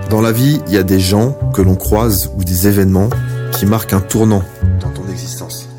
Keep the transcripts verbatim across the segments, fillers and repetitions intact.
Dans la vie, il y a des gens que l'on croise ou des événements qui marquent un tournant dans ton existence.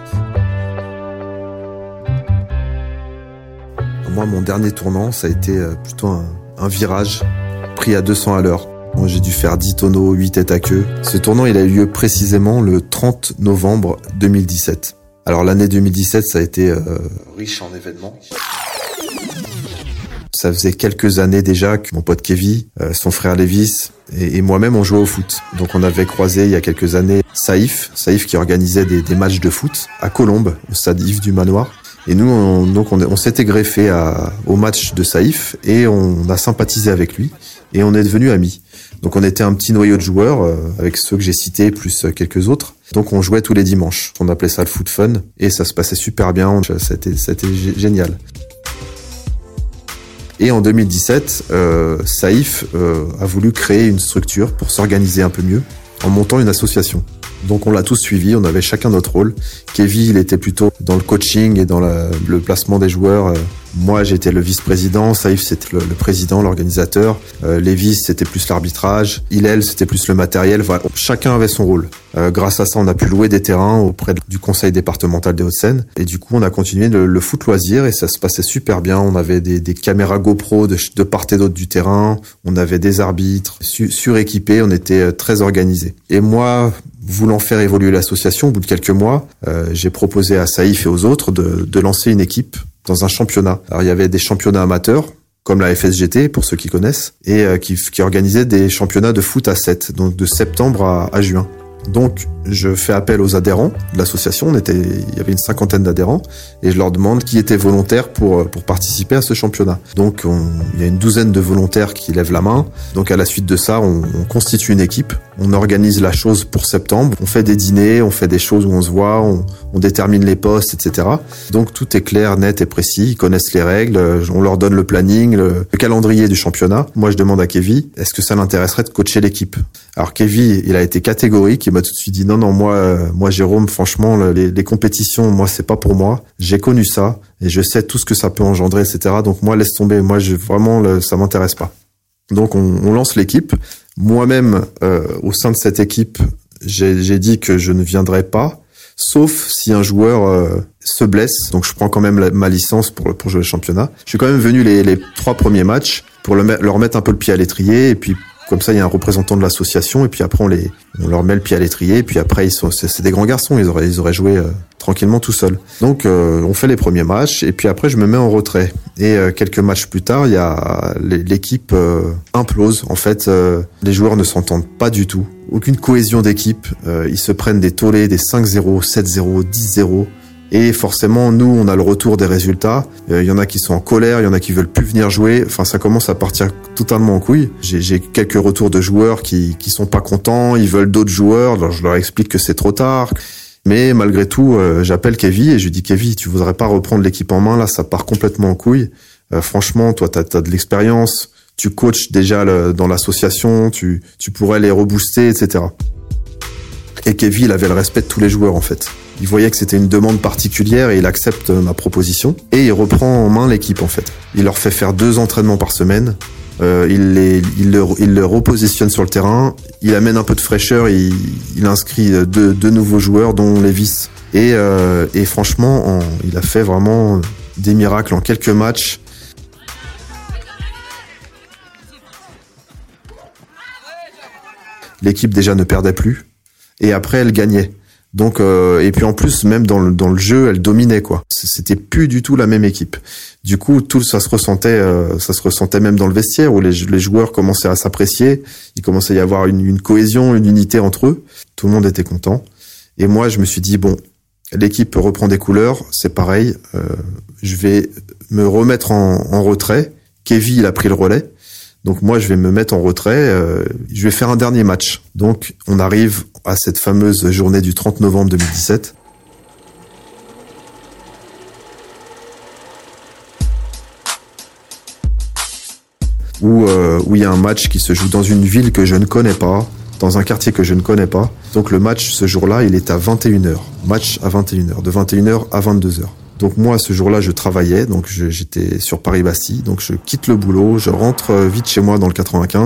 Moi, mon dernier tournant, ça a été plutôt un, un virage pris à deux cents à l'heure. Moi, j'ai dû faire dix tonneaux, huit têtes à queue. Ce tournant, il a eu lieu précisément le trente novembre deux mille dix-sept. Alors l'année deux mille dix-sept, ça a été euh, riche en événements. Ça faisait quelques années déjà que mon pote Kevin, euh, son frère Lévis et, et moi-même on jouait au foot. Donc on avait croisé il y a quelques années Saïf, Saïf qui organisait des, des matchs de foot à Colombes, au stade Yves du Manoir. Et nous, on, donc on, on s'était greffé à, au match de Saïf et on a sympathisé avec lui et on est devenus amis. Donc on était un petit noyau de joueurs euh, avec ceux que j'ai cités plus quelques autres. Donc on jouait tous les dimanches. On appelait ça le foot fun et ça se passait super bien. C'était, c'était g- génial. Et en deux mille dix-sept, euh, Saïf euh, a voulu créer une structure pour s'organiser un peu mieux en montant une association. Donc on l'a tous suivi, on avait chacun notre rôle. Kevin, il était plutôt dans le coaching et dans la, le placement des joueurs. Moi, j'étais le vice-président. Saïf, c'était le, le président, l'organisateur. Euh, Lévis, c'était plus l'arbitrage. Hillel, c'était plus le matériel. Voilà. Chacun avait son rôle. Euh, grâce à ça, on a pu louer des terrains auprès du conseil départemental des Hauts-de-Seine. Et du coup, on a continué le, le foot loisir et ça se passait super bien. On avait des, des caméras GoPro de, de part et d'autre du terrain. On avait des arbitres su, suréquipés. On était très organisés. Et moi, voulant faire évoluer l'association, au bout de quelques mois, euh, j'ai proposé à Saïf et aux autres de, de lancer une équipe dans un championnat. Alors il y avait des championnats amateurs, comme la F S G T, pour ceux qui connaissent, et euh, qui, qui organisaient des championnats de foot à sept, donc de septembre à, à juin. Donc, je fais appel aux adhérents de l'association. On était, il y avait une cinquantaine d'adhérents et je leur demande qui était volontaire pour pour participer à ce championnat. Donc, on, il y a une douzaine de volontaires qui lèvent la main. Donc, à la suite de ça, on, on constitue une équipe. On organise la chose pour septembre. On fait des dîners, on fait des choses où on se voit, on, on détermine les postes, et cetera. Donc, tout est clair, net et précis. Ils connaissent les règles. On leur donne le planning, le, le calendrier du championnat. Moi, je demande à Kevin, est-ce que ça l'intéresserait de coacher l'équipe? Alors, Kevin, il a été catégorique. Il m'a tout de suite dit non, non, moi, euh, moi, Jérôme, franchement, les, les compétitions, moi, c'est pas pour moi. J'ai connu ça et je sais tout ce que ça peut engendrer, et cetera. Donc, moi, laisse tomber. Moi, je, vraiment, le, ça m'intéresse pas. Donc, on, on lance l'équipe. Moi-même, euh, au sein de cette équipe, j'ai, j'ai dit que je ne viendrai pas, sauf si un joueur euh, se blesse. Donc, je prends quand même la, ma licence pour, pour jouer le championnat. Je suis quand même venu les, les trois premiers matchs pour le, leur mettre un peu le pied à l'étrier et puis comme ça, il y a un représentant de l'association et puis après on les, on leur met le pied à l'étrier et puis après ils sont, c'est, c'est des grands garçons, ils auraient, ils auraient joué euh, tranquillement tout seuls. Donc euh, on fait les premiers matchs et puis après je me mets en retrait. Et euh, quelques matchs plus tard, il y a l'équipe euh, implose. En fait, euh, les joueurs ne s'entendent pas du tout. Aucune cohésion d'équipe. Euh, ils se prennent des tollés, des cinq zéro, sept zéro, dix zéro. Et forcément, nous, on a le retour des résultats. Il euh, y en a qui sont en colère, il y en a qui veulent plus venir jouer. Enfin, ça commence à partir totalement en couille. J'ai, j'ai quelques retours de joueurs qui qui sont pas contents, ils veulent d'autres joueurs. Alors, je leur explique que c'est trop tard. Mais malgré tout, euh, j'appelle Kevin et je lui dis Kevin, tu voudrais pas reprendre l'équipe en main? Là, ça part complètement en couille. Euh, franchement, toi, t'as, t'as de l'expérience. Tu coaches déjà le, dans l'association. Tu tu pourrais les rebooster, et cetera. Et Kevin, il avait le respect de tous les joueurs en fait. Il voyait que c'était une demande particulière et il accepte ma proposition. Et il reprend en main l'équipe en fait. Il leur fait faire deux entraînements par semaine. Euh, il, les, il, le, il le repositionne sur le terrain. Il amène un peu de fraîcheur. Il, il inscrit deux, deux nouveaux joueurs dont Lévis. Et, euh, et franchement, en, il a fait vraiment des miracles en quelques matchs. L'équipe déjà ne perdait plus. Et après, elle gagnait. Donc euh, et puis en plus même dans le dans le jeu elle dominait quoi. C'était plus du tout la même équipe. Du coup tout ça se ressentait euh, ça se ressentait même dans le vestiaire où les les joueurs commençaient à s'apprécier, il commençait à y avoir une, une cohésion, une unité entre eux. Tout le monde était content. Et moi je me suis dit bon, l'équipe reprend des couleurs, c'est pareil, euh, je vais me remettre en, en retrait. Kevin il a pris le relais. Donc moi, je vais me mettre en retrait, euh, je vais faire un dernier match. Donc on arrive à cette fameuse journée du trente novembre deux mille dix-sept. Où euh, où il y a un match qui se joue dans une ville que je ne connais pas, dans un quartier que je ne connais pas. Donc le match, ce jour-là, il est à vingt et une heures. Match à vingt et une heures, de vingt et une heures à vingt-deux heures. Donc moi, ce jour-là, je travaillais, donc je, j'étais sur Paris-Bastille, donc je quitte le boulot, je rentre vite chez moi dans le quatre-vingt-quinze,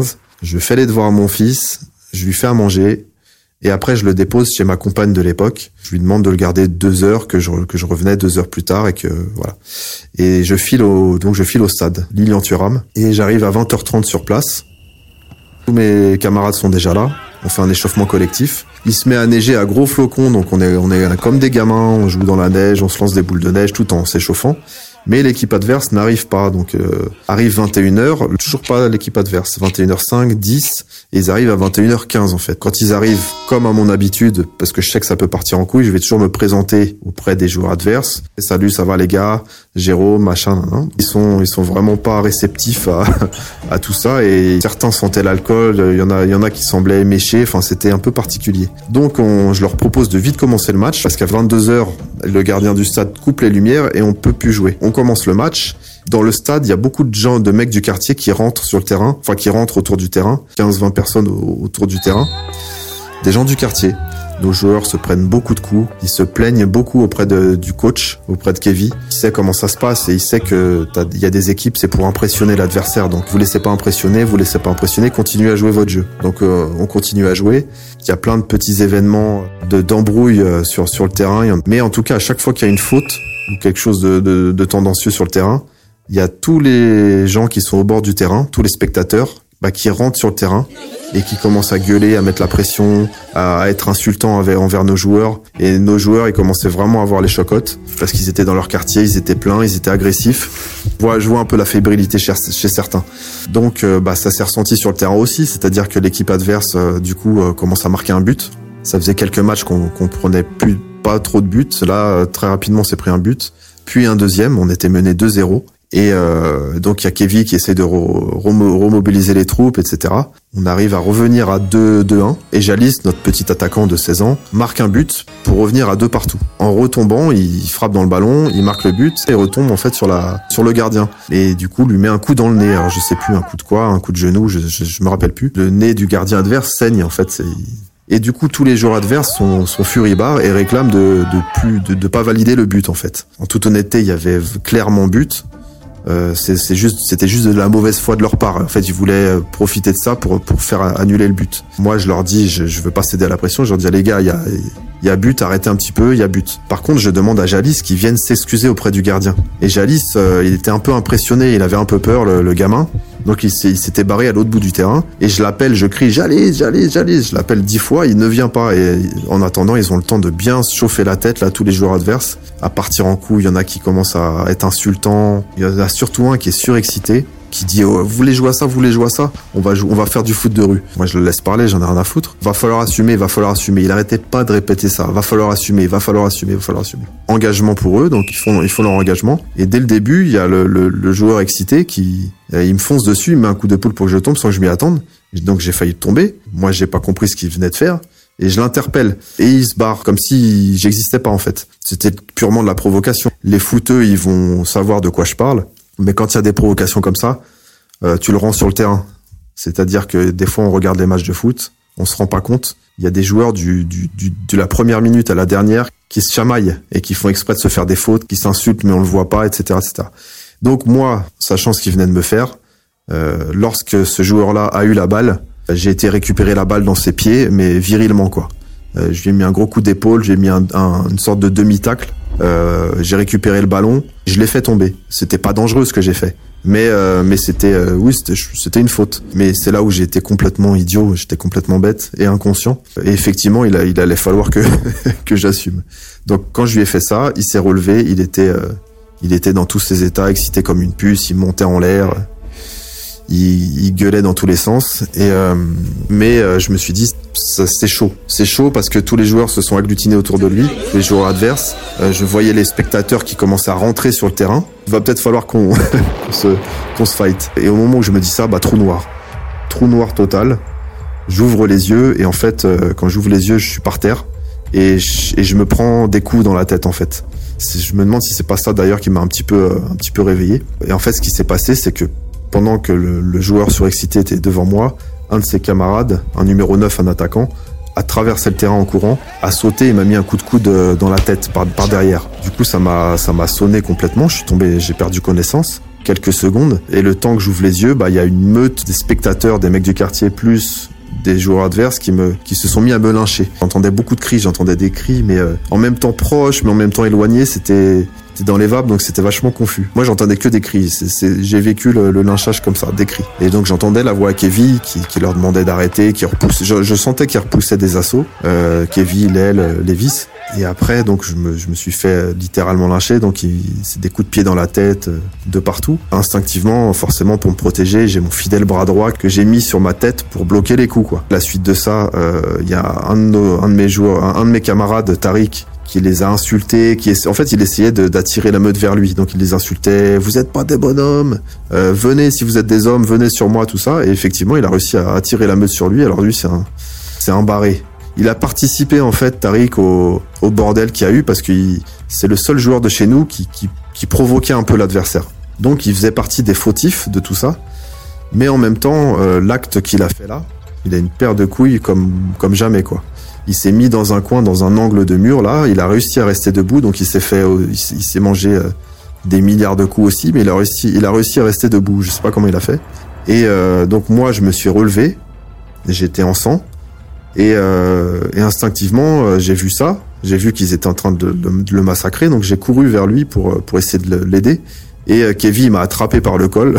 je fais les devoirs à mon fils, je lui fais à manger, et après je le dépose chez ma compagne de l'époque. Je lui demande de le garder deux heures, que je, que je revenais deux heures plus tard, et que voilà. Et je file au, donc je file au stade Lilian-Thuram, et j'arrive à vingt heures trente sur place. Tous mes camarades sont déjà là. On fait un échauffement collectif. Il se met à neiger à gros flocons, donc on est, on est comme des gamins, on joue dans la neige, on se lance des boules de neige tout en s'échauffant. Mais l'équipe adverse n'arrive pas, donc euh, arrive vingt et une heures, toujours pas l'équipe adverse, vingt et une heures cinq, dix, et ils arrivent à vingt et une heures quinze en fait. Quand ils arrivent, comme à mon habitude, parce que je sais que ça peut partir en couille, je vais toujours me présenter auprès des joueurs adverses. Et salut, ça va les gars, Jérôme, machin, nan, nan. Ils sont, ils sont vraiment pas réceptifs à, à tout ça, et certains sentaient l'alcool, il y en a, il y en a qui semblaient éméchés, enfin c'était un peu particulier. Donc on, je leur propose de vite commencer le match, parce qu'à vingt-deux heures, le gardien du stade coupe les lumières et on peut plus jouer. On commence le match. Dans le stade, il y a beaucoup de gens, de mecs du quartier qui rentrent sur le terrain, enfin qui rentrent autour du terrain, quinze vingt personnes autour du terrain. Des gens du quartier. Nos joueurs se prennent beaucoup de coups, ils se plaignent beaucoup auprès de, du coach, auprès de Kevin. Il sait comment ça se passe et il sait que il y a des équipes, c'est pour impressionner l'adversaire. Donc vous laissez pas impressionner, vous laissez pas impressionner, continuez à jouer votre jeu. Donc euh, on continue à jouer. Il y a plein de petits événements de d'embrouille sur sur le terrain, mais en tout cas à chaque fois qu'il y a une faute ou quelque chose de, de, de tendancieux sur le terrain, il y a tous les gens qui sont au bord du terrain, tous les spectateurs, bah, qui rentrent sur le terrain et qui commencent à gueuler, à mettre la pression, à être insultants envers, envers nos joueurs. Et nos joueurs, ils commençaient vraiment à avoir les chocottes parce qu'ils étaient dans leur quartier, ils étaient pleins, ils étaient agressifs. Je vois un peu la fébrilité chez, chez certains. Donc, euh, bah, ça s'est ressenti sur le terrain aussi, c'est-à-dire que l'équipe adverse, euh, du coup, euh, commence à marquer un but. Ça faisait quelques matchs qu'on, qu'on prenait plus, pas trop de buts. Là, euh, très rapidement, on s'est pris un but. Puis un deuxième, on était mené deux zéro. Et euh, donc il y a Kevin qui essaie de re- remo- remobiliser les troupes, et cetera. On arrive à revenir à deux un. Et Jalis, notre petit attaquant de seize ans, marque un but pour revenir à deux partout. En retombant, il frappe dans le ballon, il marque le but et retombe en fait sur la sur le gardien. Et du coup, lui met un coup dans le nez. Alors je sais plus un coup de quoi, un coup de genou, je je, je me rappelle plus. Le nez du gardien adverse saigne en fait. C'est... Et du coup, tous les joueurs adverses sont, sont furibards et réclament de de plus de, de pas valider le but en fait. En toute honnêteté, il y avait clairement but. Euh, c'est, c'est juste, c'était juste de la mauvaise foi de leur part. En fait, ils voulaient profiter de ça pour pour faire annuler le but. Moi, je leur dis, je, je veux pas céder à la pression. Je leur dis, les gars, il y a il y a but, arrêtez un petit peu, il y a but. Par contre, je demande à Jalis qu'il vienne s'excuser auprès du gardien. Et Jalis, euh, il était un peu impressionné, il avait un peu peur, le, le gamin. Donc il, s'est, il s'était barré à l'autre bout du terrain. Et je l'appelle, je crie, Jalis, Jalis, Jalis. Je l'appelle dix fois, il ne vient pas. Et en attendant, ils ont le temps de bien se chauffer la tête, là, tous les joueurs adverses, à partir en couille. Il y en a qui commencent à être insultants. Il y en a surtout un qui est surexcité, qui dit oh, vous voulez jouer à ça, vous voulez jouer à ça, on va jou- on va faire du foot de rue. Moi je le laisse parler, j'en ai rien à foutre. Va falloir assumer, va falloir assumer. Il arrêtait pas de répéter ça. Va falloir assumer, va falloir assumer, va falloir assumer. Engagement pour eux, donc ils font ils font leur engagement. Et dès le début, il y a le, le, le joueur excité qui il me fonce dessus, il met un coup d'épaule pour que je tombe sans que je m'y attende. Donc j'ai failli tomber. Moi j'ai pas compris ce qu'il venait de faire. Et je l'interpelle. Et il se barre, comme si j'existais pas en fait. C'était purement de la provocation. Les footeux, ils vont savoir de quoi je parle. Mais quand il y a des provocations comme ça, euh, tu le rends sur le terrain. C'est-à-dire que des fois, on regarde les matchs de foot, on se rend pas compte. Il y a des joueurs du, du, du, de la première minute à la dernière qui se chamaillent et qui font exprès de se faire des fautes, qui s'insultent mais on le voit pas, et cetera, et cetera. Donc moi, sachant ce qu'il venait de me faire, euh, lorsque ce joueur-là a eu la balle, j'ai été récupérer la balle dans ses pieds, mais virilement quoi. Euh, je lui ai mis un gros coup d'épaule, j'ai mis un, un, une sorte de demi-tacle. Euh, j'ai récupéré le ballon, je l'ai fait tomber. C'était pas dangereux ce que j'ai fait, mais euh, mais c'était euh, oui c'était c'était une faute. Mais c'est là où j'ai été complètement idiot, j'étais complètement bête et inconscient. Et effectivement, il a, il allait falloir que que j'assume. Donc quand je lui ai fait ça, il s'est relevé, il était euh, il était dans tous ses états, excité comme une puce, il montait en l'air. Il, il gueulait dans tous les sens et euh, mais euh, je me suis dit ça, c'est chaud c'est chaud parce que tous les joueurs se sont agglutinés autour de lui, les joueurs adverses. Euh, je voyais les spectateurs qui commençaient à rentrer sur le terrain. Il va peut-être falloir qu'on, qu'on se qu'on se fight. Et au moment où je me dis ça, bah trou noir trou noir total. J'ouvre les yeux et en fait euh, quand j'ouvre les yeux, je suis par terre et je, et je me prends des coups dans la tête en fait. C'est, je me demande si c'est pas ça d'ailleurs qui m'a un petit peu un petit peu réveillé. Et en fait ce qui s'est passé, c'est que pendant que le, le joueur surexcité était devant moi, un de ses camarades, un numéro neuf, un attaquant, a traversé le terrain en courant, a sauté et m'a mis un coup de coude dans la tête par, par derrière. Du coup, ça m'a, ça m'a sonné complètement. Je suis tombé, j'ai perdu connaissance. quelques secondes. Et le temps que j'ouvre les yeux, bah, il y a une meute des spectateurs, des mecs du quartier, plus des joueurs adverses qui me, qui se sont mis à me lyncher. J'entendais beaucoup de cris, j'entendais des cris, mais euh, en même temps proches, mais en même temps éloignés, c'était, c'était dans les vapes, donc c'était vachement confus. Moi, j'entendais que des cris. C'est, c'est, j'ai vécu le, le lynchage comme ça, des cris. Et donc, j'entendais la voix à Kevin qui, qui leur demandait d'arrêter, qui repoussait. Je, je sentais qu'il repoussait des assauts. Euh, Kevin, Lel, Lévis. Et après, donc, je me, je me suis fait littéralement lyncher. Donc, il, c'est des coups de pied dans la tête, de partout. Instinctivement, forcément, pour me protéger, j'ai mon fidèle bras droit que j'ai mis sur ma tête pour bloquer les coups, quoi. La suite de ça, il euh, y a un de, nos, un de mes joueurs, un, un de mes camarades, Tariq, qui les a insultés, qui est, en fait, il essayait de, d'attirer la meute vers lui. Donc, il les insultait. Vous êtes pas des bonhommes. Euh, venez, si vous êtes des hommes, venez sur moi, tout ça. Et effectivement, il a réussi à attirer la meute sur lui. Alors, lui, c'est un, c'est un barré. Il a participé, en fait, Tariq, au, au bordel qu'il y a eu parce que il, c'est le seul joueur de chez nous qui, qui, qui provoquait un peu l'adversaire. Donc, il faisait partie des fautifs de tout ça. Mais en même temps, euh, l'acte qu'il a fait là, il a une paire de couilles comme, comme jamais, quoi. Il s'est mis dans un coin, dans un angle de mur, là. Il a réussi à rester debout, donc il s'est fait, il s'est, il s'est mangé euh, des milliards de coups aussi, mais il a réussi, il a réussi à rester debout. Je sais pas comment il a fait. Et euh, donc moi, je me suis relevé. J'étais en sang. Et, euh, et instinctivement, euh, j'ai vu ça. J'ai vu qu'ils étaient en train de, de, de le massacrer, donc j'ai couru vers lui pour pour essayer de l'aider. Et euh, Kevin m'a attrapé par le col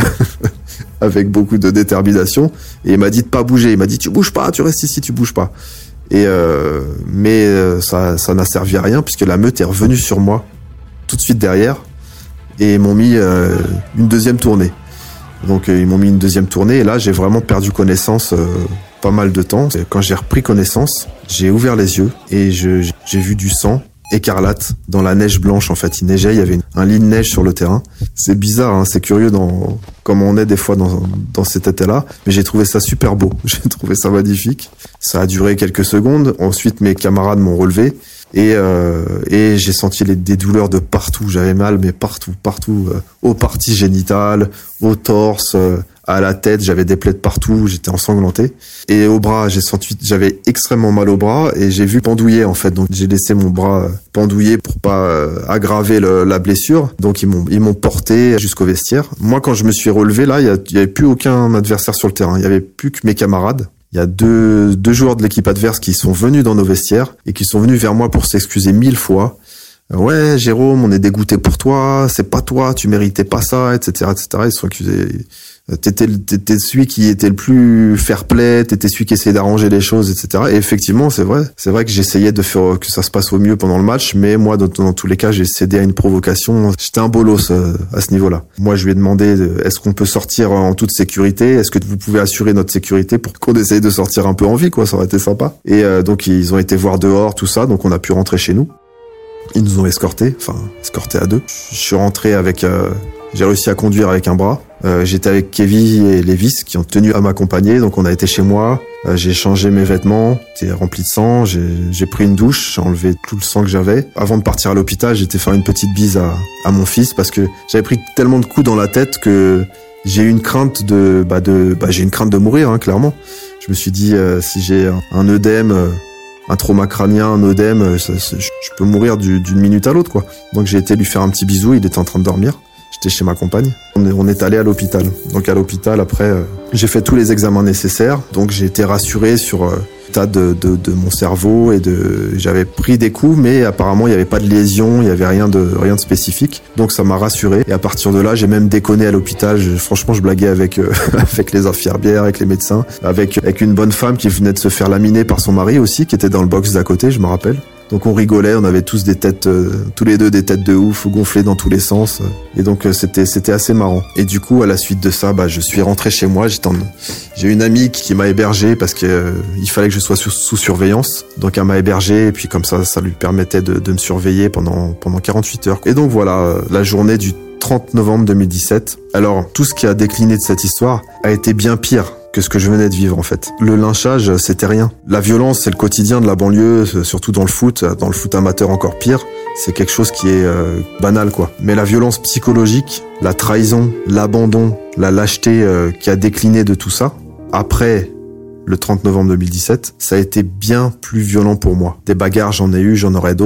avec beaucoup de détermination et il m'a dit de pas bouger. Il m'a dit tu bouges pas, tu restes ici, tu bouges pas. Et euh, mais euh, ça ça n'a servi à rien puisque la meute est revenue sur moi tout de suite derrière et ils m'ont mis euh, une deuxième tournée. Donc euh, ils m'ont mis une deuxième tournée et là j'ai vraiment perdu connaissance euh, pas mal de temps. Et quand j'ai repris connaissance, j'ai ouvert les yeux et je, j'ai vu du sang écarlate dans la neige blanche. En fait, il neigeait, il y avait une, un lit de neige sur le terrain. C'est bizarre, hein, c'est curieux dans comme on est des fois dans dans cet état-là, mais j'ai trouvé ça super beau. J'ai trouvé ça magnifique. Ça a duré quelques secondes. Ensuite, mes camarades m'ont relevé. Et euh, et j'ai senti les, des douleurs de partout. J'avais mal, mais partout, partout, euh, aux parties génitales, au torse, euh, à la tête. J'avais des plaies de partout. J'étais ensanglanté. Et au bras, j'ai senti, j'avais extrêmement mal au bras et j'ai vu pendouiller en fait. Donc j'ai laissé mon bras pendouiller pour pas euh, aggraver le, la blessure. Donc ils m'ont ils m'ont porté jusqu'au vestiaire. Moi, quand je me suis relevé là, il y, a, il y avait plus aucun adversaire sur le terrain. Il y avait plus que mes camarades. Il y a deux, deux joueurs de l'équipe adverse qui sont venus dans nos vestiaires et qui sont venus vers moi pour s'excuser mille fois. Ouais, Jérôme, on est dégoûté pour toi, c'est pas toi, tu méritais pas ça, et cetera, et cetera. Ils se sont accusés. T'étais, t'étais celui qui était le plus fair-play, t'étais celui qui essayait d'arranger les choses, et cetera. Et effectivement, c'est vrai. C'est vrai que j'essayais de faire que ça se passe au mieux pendant le match, mais moi, dans, dans tous les cas, j'ai cédé à une provocation. J'étais un bolos à ce niveau-là. Moi, je lui ai demandé, est-ce qu'on peut sortir en toute sécurité? Est-ce que vous pouvez assurer notre sécurité pour qu'on essaye de sortir un peu en vie, quoi? Ça aurait été sympa. Et euh, donc, ils ont été voir dehors, tout ça, donc on a pu rentrer chez nous. Ils nous ont escortés, enfin, escortés à deux. Je suis rentré avec... Euh, j'ai réussi à conduire avec un bras. Euh, j'étais avec Kevin et Lévis qui ont tenu à m'accompagner. Donc on a été chez moi. Euh, j'ai changé mes vêtements. J'étais rempli de sang. J'ai, j'ai pris une douche. J'ai enlevé tout le sang que j'avais. Avant de partir à l'hôpital, j'étais faire une petite bise à, à mon fils parce que j'avais pris tellement de coups dans la tête que j'ai eu une crainte de, bah de, bah j'ai une crainte de mourir, hein, clairement. Je me suis dit euh, si j'ai un, un œdème, euh, un trauma crânien, un œdème, euh, ça, ça, je peux mourir du, d'une minute à l'autre, quoi. Donc j'ai été lui faire un petit bisou. Il était en train de dormir. J'étais chez ma compagne. On est, on est allé à l'hôpital. Donc à l'hôpital, après, euh, j'ai fait tous les examens nécessaires. Donc j'ai été rassuré sur euh, l'état de, de, de mon cerveau et de. J'avais pris des coups, mais apparemment il n'y avait pas de lésion, il n'y avait rien de rien de spécifique. Donc ça m'a rassuré. Et à partir de là, j'ai même déconné à l'hôpital. Je, franchement, je blaguais avec euh, avec les infirmières, avec les médecins, avec avec une bonne femme qui venait de se faire laminer par son mari aussi, qui était dans le box d'à côté, je me rappelle. Donc on rigolait, on avait tous des têtes, euh, tous les deux des têtes de ouf, gonflées dans tous les sens. Et donc euh, c'était c'était assez marrant. Et du coup, à la suite de ça, bah je suis rentré chez moi. J'étais en... J'ai une amie qui m'a hébergé parce que euh, il fallait que je sois sous, sous surveillance. Donc elle m'a hébergé et puis comme ça, ça lui permettait de, de me surveiller pendant pendant quarante-huit heures. Et donc voilà, la journée du trente novembre deux mille dix-sept. Alors tout ce qui a décliné de cette histoire a été bien pire que ce que je venais de vivre en fait. Le lynchage, c'était rien. La violence, c'est le quotidien de la banlieue, surtout dans le foot, dans le foot amateur encore pire. C'est quelque chose qui est euh, banal quoi. Mais la violence psychologique, la trahison, l'abandon, la lâcheté euh, qui a décliné de tout ça, après le trente novembre deux mille dix-sept, ça a été bien plus violent pour moi. Des bagarres, j'en ai eu, j'en aurai d'autres.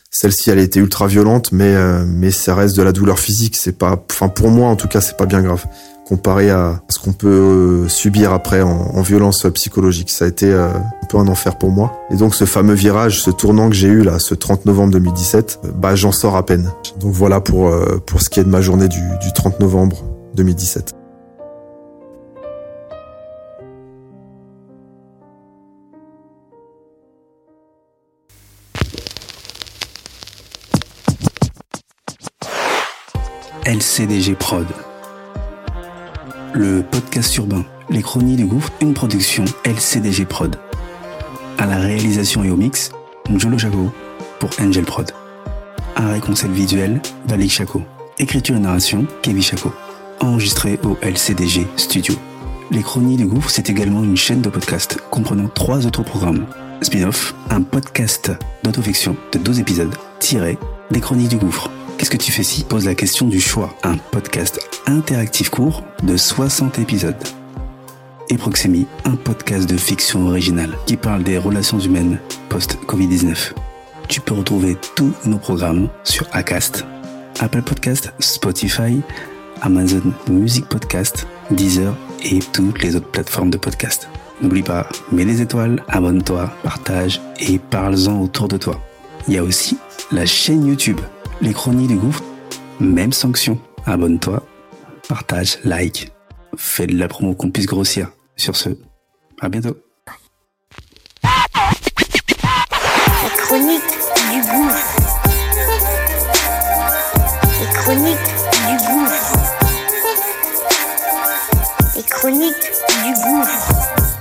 Celle-ci, elle a été ultra violente, mais euh, mais ça reste de la douleur physique. C'est pas, enfin pour moi en tout cas, c'est pas bien grave comparé à ce qu'on peut subir après en, en violence psychologique. Ça a été euh, un peu un enfer pour moi. Et donc ce fameux virage, ce tournant que j'ai eu là, ce trente novembre deux mille dix-sept, bah j'en sors à peine. Donc voilà pour euh, pour ce qui est de ma journée du, du trente novembre deux mille dix-sept. L C D G Prod. Le podcast urbain, les chroniques du gouffre, une production L C D G Prod. À la réalisation et au mix, Njolo Chaco pour Angel Prod. Arrêt concept visuel, Valik Chaco. Écriture et narration, Kevin Chaco. Enregistré au L C D G Studio. Les chroniques du gouffre, c'est également une chaîne de podcast comprenant trois autres programmes. Spin-off, un podcast d'autofiction de douze épisodes, tiré des chroniques du gouffre. Qu'est-ce que tu fais si pose la question du choix? Un podcast interactif court de soixante épisodes. Et Proxémie, un podcast de fiction originale qui parle des relations humaines post-covid dix-neuf. Tu peux retrouver tous nos programmes sur Acast, Apple Podcast, Spotify, Amazon Music Podcast, Deezer et toutes les autres plateformes de podcast. N'oublie pas, mets des étoiles, abonne-toi, partage et parle-en autour de toi. Il y a aussi la chaîne YouTube. Les chroniques du gouffre, même sanction. Abonne-toi, partage, like. Fais de la promo qu'on puisse grossir. Sur ce, à bientôt. Les chroniques du gouffre. Les chroniques du gouffre. Les chroniques du gouffre.